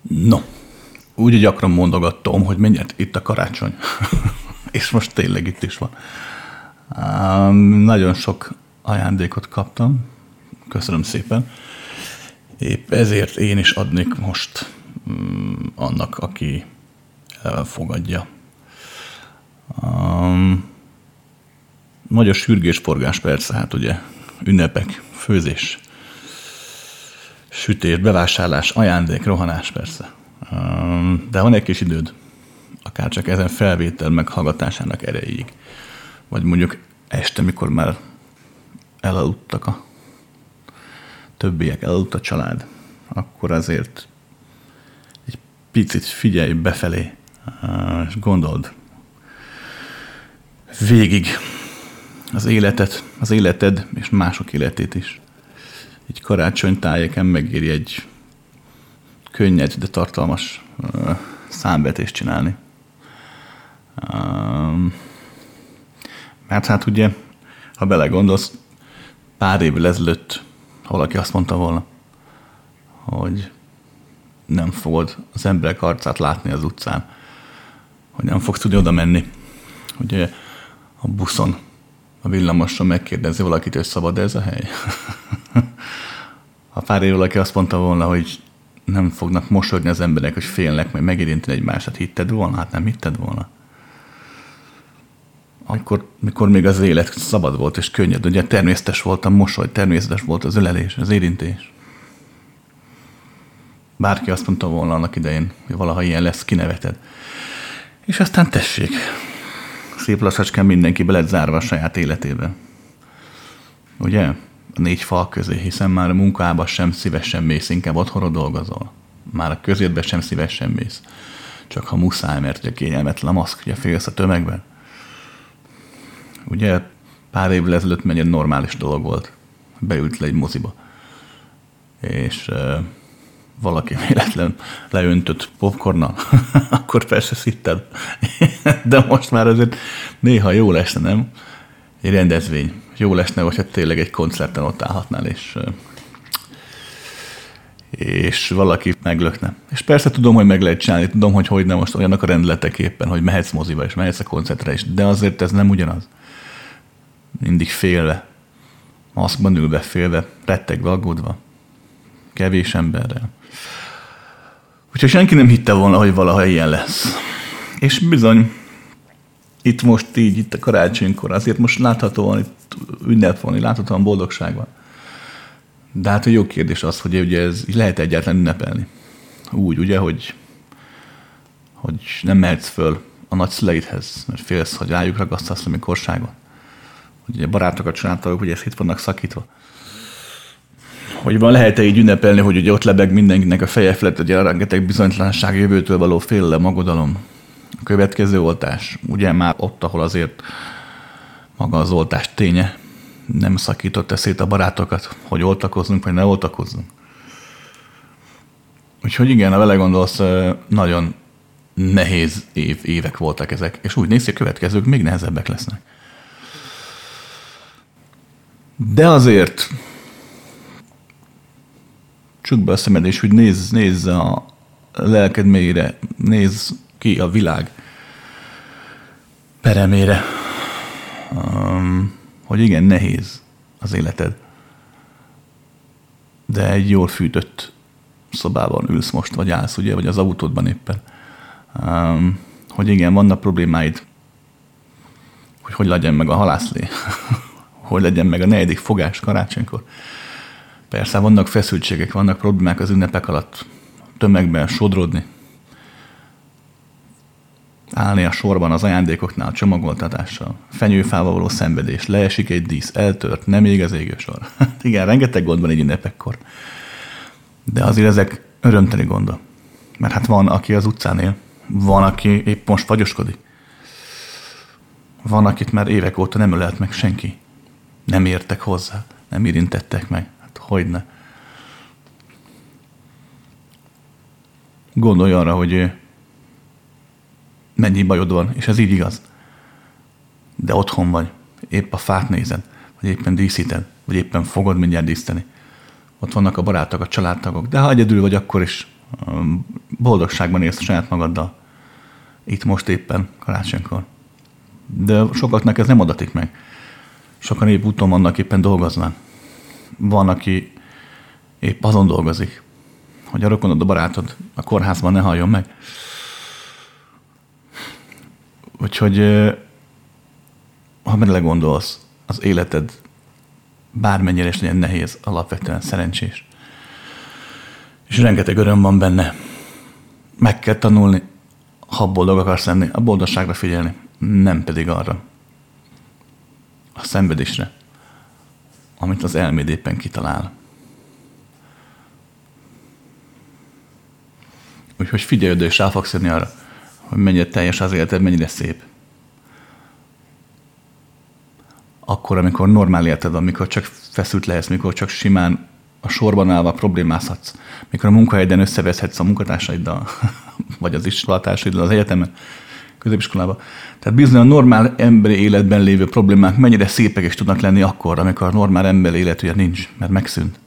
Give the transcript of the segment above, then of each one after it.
No, úgy gyakran mondogattam, hogy mindjárt itt a karácsony. És most tényleg itt is van. Nagyon sok ajándékot kaptam. Köszönöm szépen. Épp ezért én is adnék most annak, aki elfogadja. Nagy a sürgésforgás persze, hát ugye ünnepek, főzés, sütés, bevásárlás, ajándék, rohanás persze. De van egy kis időd, akár csak ezen felvétel meghallgatásának erejéig. Vagy mondjuk este, mikor már elaludtak a többiek, elaludt a család, akkor azért egy picit figyelj befelé, és gondold végig az életet, az életed és mások életét is. Egy karácsonytájéken megéri egy könnyed, de tartalmas számvetést csinálni. Mert hát ugye, ha belegondolsz, pár évvel ezelőtt valaki azt mondta volna, hogy nem fogod az emberek arcát látni az utcán, hogy nem fogsz tudni oda menni. Ugye a buszon, a villamoson megkérdezi valakit, hogy szabad ez a hely? Ha pár év valaki azt mondta volna, hogy nem fognak mosolyogni az emberek, hogy félnek, majd megérinteni egymását, hitted volna? Hát nem hitted volna. Akkor, mikor még az élet szabad volt és könnyed, ugye természetes volt a mosoly, természetes volt az ölelés, az érintés. Bárki azt mondta volna annak idején, hogy valaha ilyen lesz, kineveted. És aztán tessék, szép lassacskán mindenki be lett zárva a saját életébe. Ugye? A 4 fal közé, hiszen már a munkába sem szívesen mész, inkább otthonról dolgozol. Már a közéletbe sem szívesen mész. Csak ha muszáj, mert ugye kényelmetlen a maszk, ugye félsz a tömegben. Ugye pár évvel ezelőtt mennyire normális dolog volt. Beült le egy moziba. És valaki véletlen leöntött popcornnal, akkor persze szitted. De most már azért néha jó lesne, nem? Egy rendezvény. Jó lesne, hogyha tényleg egy koncerten ott állhatnál, és valaki meglökne. És persze tudom, hogy meg lehet csinálni, tudom, hogy nem most olyanok a rendeletek éppen, hogy mehetsz moziba és mehetsz a koncertre is, de azért ez nem ugyanaz. Mindig félve, maszkban ülve, félve, rettegve, aggódva, kevés emberrel. Úgyhogy senki nem hitte volna, hogy valaha ilyen lesz. És bizony, itt most így, itt a karácsonykor, azért most láthatóan itt ünnep van, láthatóan boldogság van. De hát a jó kérdés az, hogy ugye ez lehet egyáltalán ünnepelni. Úgy, ugye, hogy nem mehetsz föl a nagyszüleidhez, mert félsz, hogy rájuk ragasztasz a korságon. Hogy a barátokat, családtagok, ugye ezt itt vannak szakítva. Hogy van, lehet-e így ünnepelni, hogy ugye ott lebeg mindenkinek a feje felett, ugye a rengeteg bizonytalanság, jövőtől való félelem, aggodalom. A következő oltás, ugye már ott, ahol azért maga az oltás ténye nem szakított szét a barátokat, hogy oltakozzunk, vagy ne oltakozzunk. Úgyhogy igen, ha vele gondolsz, nagyon nehéz évek voltak ezek, és úgy néz ki, a következők még nehezebbek lesznek. De azért csukd be a szemed, és úgy nézz a lelked mélyére, nézz ki a világ peremére, hogy igen, nehéz az életed. De egy jól fűtött szobában ülsz most, vagy állsz, ugye, vagy az autódban éppen. Hogy igen, vannak problémáid, hogy legyen meg a halászlé, hogy legyen meg a 4. fogás karácsonykor. Persze vannak feszültségek, vannak problémák az ünnepek alatt, tömegben sodródni, állni a sorban az ajándékoknál, a csomagoltatással, fenyőfával való szenvedés, leesik egy dísz, eltört, nem ég az égősor. Hát igen, rengeteg gond van egy ünnepekkor. De azért ezek örömteli gondok. Mert hát van, aki az utcán él, van, aki épp most fagyoskodik. Van, akit már évek óta nem ölelt meg senki. Nem értek hozzá, nem érintettek meg. Hát hogyne. Gondolj arra, hogy mennyi bajod van, és ez így igaz. De otthon vagy, épp a fát nézed, vagy éppen díszíted, vagy éppen fogod mindjárt díszteni. Ott vannak a barátok, a családtagok, de ha egyedül vagy, akkor is Boldogságban élsz saját magaddal. Itt most éppen, karácsonykor. De sokaknak ez nem adatik meg. Sokan épp úton vannak, éppen dolgoznak. Van, aki épp azon dolgozik, hogy a rokonod, a barátod a kórházban ne halljon meg. Úgyhogy, ha belegondolsz, az életed bármennyire is legyen nehéz, alapvetően szerencsés. És rengeteg öröm van benne. Meg kell tanulni, ha boldog akarsz lenni, a boldogságra figyelni, nem pedig arra. A szenvedésre, amit az elméd éppen kitalál. Úgyhogy figyelj oda, és rá fogsz jönni arra, hogy mennyire teljes az életed, mennyire szép. Akkor, amikor normál életed van, mikor csak feszült lehetsz, mikor csak simán a sorban állva problémázhatsz, mikor a munkahelyeden összeveszhetsz a munkatársaiddal, vagy az iskolatársaidal az egyetemen, középiskolában. Tehát bizony a normál emberi életben lévő problémák mennyire szépek is tudnak lenni akkor, amikor a normál emberi élet ugye nincs, mert megszűnt.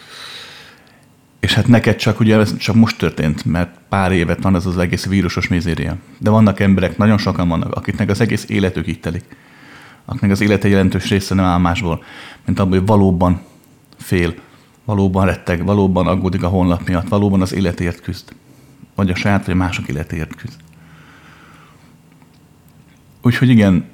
És hát neked csak ugye ez csak most történt, mert pár évet van ez az egész vírusos mizéria. De vannak emberek, nagyon sokan vannak, akiknek az egész életük így telik. Akiknek az élete jelentős része nem áll másból, mint abból, hogy valóban fél, valóban retteg, valóban aggódik a holnap miatt, valóban az életért küzd. Vagy a saját, vagy a mások életért küzd. Úgyhogy igen,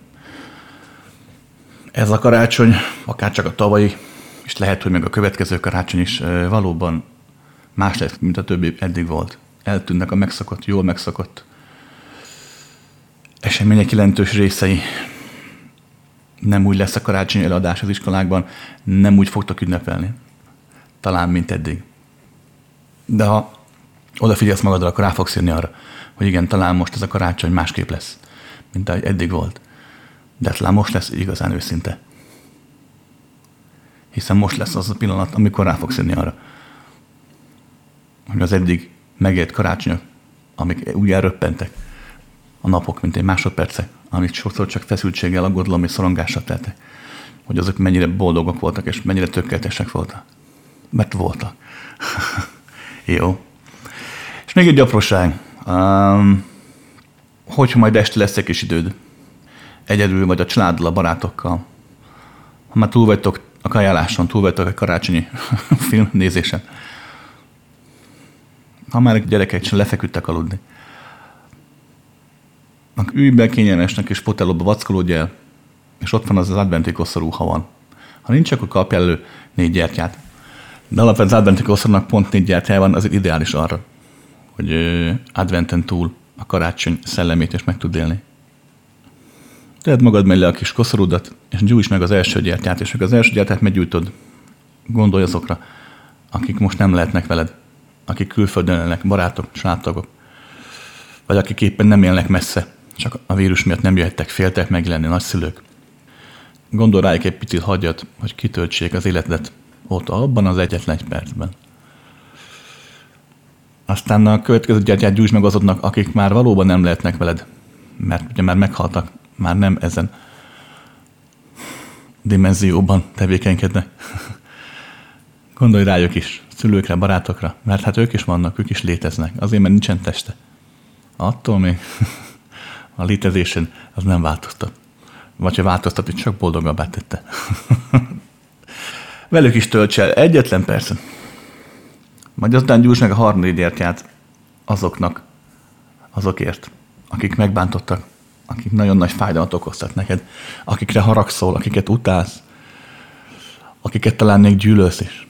ez a karácsony, akár csak a tavalyi, és lehet, hogy meg a következő karácsony is valóban más lesz, mint a többi eddig volt. Eltűnnek a megszokott, jól megszokott események jelentős részei. Nem úgy lesz a karácsonyi eladás az iskolákban, nem úgy fogtok ünnepelni. Talán, mint eddig. De ha odafigyelsz magadra, akkor rá fogsz jönni arra, hogy igen, talán most ez a karácsony másképp lesz, mint ahogy eddig volt. De talán most lesz igazán őszinte. Hiszen most lesz az a pillanat, amikor rá fogsz jönni arra, hogy az eddig megélt karácsonyok, amik úgy elröppentek, a napok, mint egy másodpercek, amit sokszor csak feszültséggel, aggodalom és szorongással teltek, hogy azok mennyire boldogok voltak, és mennyire tökéletesek voltak. Mert voltak. Jó. És még egy apróság. Hogyha majd este lesz egy kis időd, egyedül vagy a családdal, a barátokkal, ha már túl vagytok a kajáláson, túl vagytok a karácsonyi film nézésen, ha már gyerekek sem lefeküdtek aludni, ülj be kényelmesnek és fotelóba vackolódj el, és ott van az adventi koszorú, ha van. Ha nincs, akkor kapj elő 4 gyertyát. De alapvetően az adventi koszorúnak pont 4 gyertyája van, az ideális arra, hogy adventen túl a karácsony szellemét is meg tud élni. Tedd magad mellé a kis koszorúdat, és gyújtsd meg az első gyertyát, és az első gyertyát meggyújtod. Gondolj azokra, akik most nem lehetnek veled, akik külföldön élnek, barátok, családtagok, vagy akik éppen nem élnek messze, csak a vírus miatt nem jöhettek, féltek megjelenni, nagyszülők. Gondolj rájuk egy picit, hagyjad, hogy kitöltsék az életedet ott abban az egyetlen egy percben. Aztán a következő gyertyát gyújtsd meg azoknak, akik már valóban nem lehetnek veled, mert ugye már meghaltak, már nem ezen dimenzióban tevékenykednek. Gondolj rájuk is, szülőkre, barátokra, mert hát ők is vannak, ők is léteznek, azért, mert nincsen teste. Attól még a létezésen az nem változtat. Vagy ha változtat, csak boldogabbá tette. Velük is tölts el egyetlen percet. Majd aztán gyújtsd meg a harmadik gyertyát azokért, akik megbántottak, akik nagyon nagy fájdalmat okoztak neked, akikre haragszol, akiket utálsz, akiket talán még gyűlölsz is.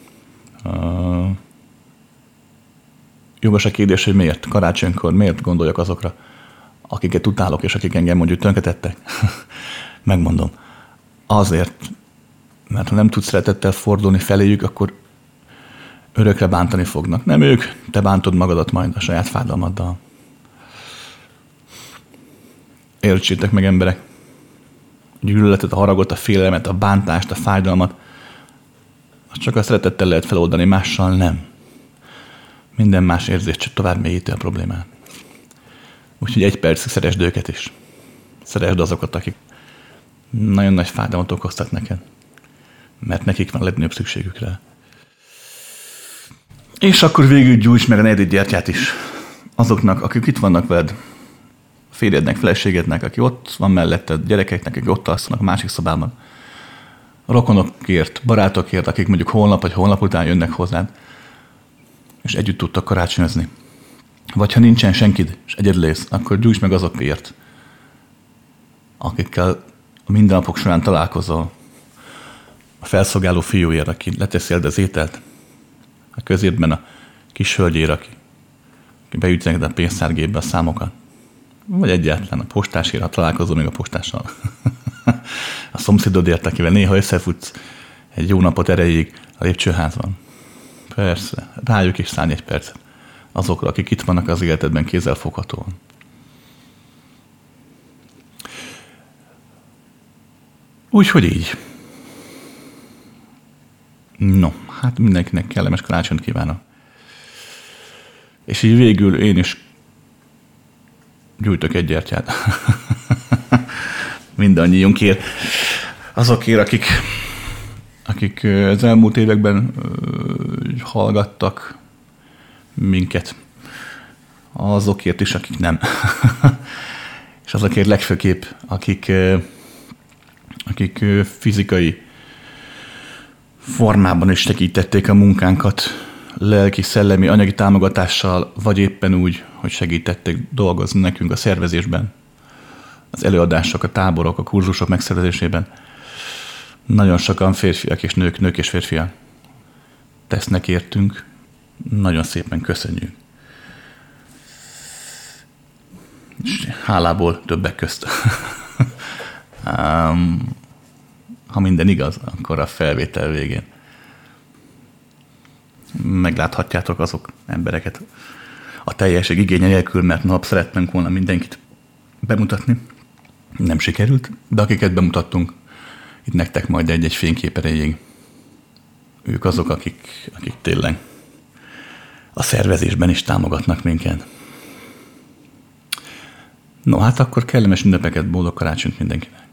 Jogos a kérdés, hogy miért karácsonykor, miért gondoljak azokra, akiket utálok, és akik engem mondjuk tönkretettek. Megmondom. Azért, mert ha nem tudsz szeretettel fordulni feléjük, akkor örökre bántani fognak. Nem ők, te bántod magadat majd a saját fájdalmaddal. Értsétek meg, emberek, a gyűlöletet, a haragot, a félelmet, a bántást, a fájdalmat, azt csak a szeretettel lehet feloldani, mással nem. Minden más érzés csak tovább mélyíti a problémát. Úgyhogy egy percig szeresd őket is. Szeresd azokat, akik nagyon nagy fájdalmat okoztak neked. Mert nekik van a legnagyobb szükségük rá. És akkor végül gyújts meg a negyedik gyertyát is. azoknak, akik itt vannak veled, férjednek, feleségednek, aki ott van melletted, gyerekeknek, akik ott alszanak a másik szobában, a rokonokért, barátokért, akik mondjuk holnap vagy holnap után jönnek hozzád, és együtt tudtak karácsonyozni. Vagy ha nincsen senkid, és egyedül lész, akkor gyújts meg azokért, akikkel a mindennapok során találkozol. A felszolgáló fiúért, aki leteszi az ételt, a közértben a kis hölgyért, aki beütsz neked a pénztárgépbe a számokat, vagy egyáltalán a postásért, ha találkozol még a postással. A szomszédodért, akivel néha összefutsz egy jó napot erejéig a lépcsőházban. Persze, rájuk is szállj egy percet. Azokra, akik itt vannak az életedben kézzelfoghatóan. Úgyhogy így. No, hát mindenkinek kellemes karácsonyt kívánok. És így végül én is gyújtok egy gyertyát. Mindannyiunkért. Azokért, akik az elmúlt években hallgattak minket. Azokért is, akik nem. És azokért legfőképp, akik fizikai formában is segítették a munkánkat, lelki, szellemi, anyagi támogatással, vagy éppen úgy, hogy segítették dolgozni nekünk a szervezésben, az előadások, a táborok, a kurzusok megszervezésében. Nagyon sokan férfiak és nők és férfiak tesznek értünk. Nagyon szépen köszönjük. És hálából többek közt. Ha minden igaz, akkor a felvétel végén megláthatjátok azok embereket a teljesség igénye nélkül, mert nap szeretnénk volna mindenkit bemutatni. Nem sikerült, de akiket bemutattunk, itt nektek majd egy-egy fénykép erejéig. Ők azok, akik tényleg a szervezésben is támogatnak minket. No, hát akkor kellemes ünnepeket, boldog karácsonyt mindenkinek.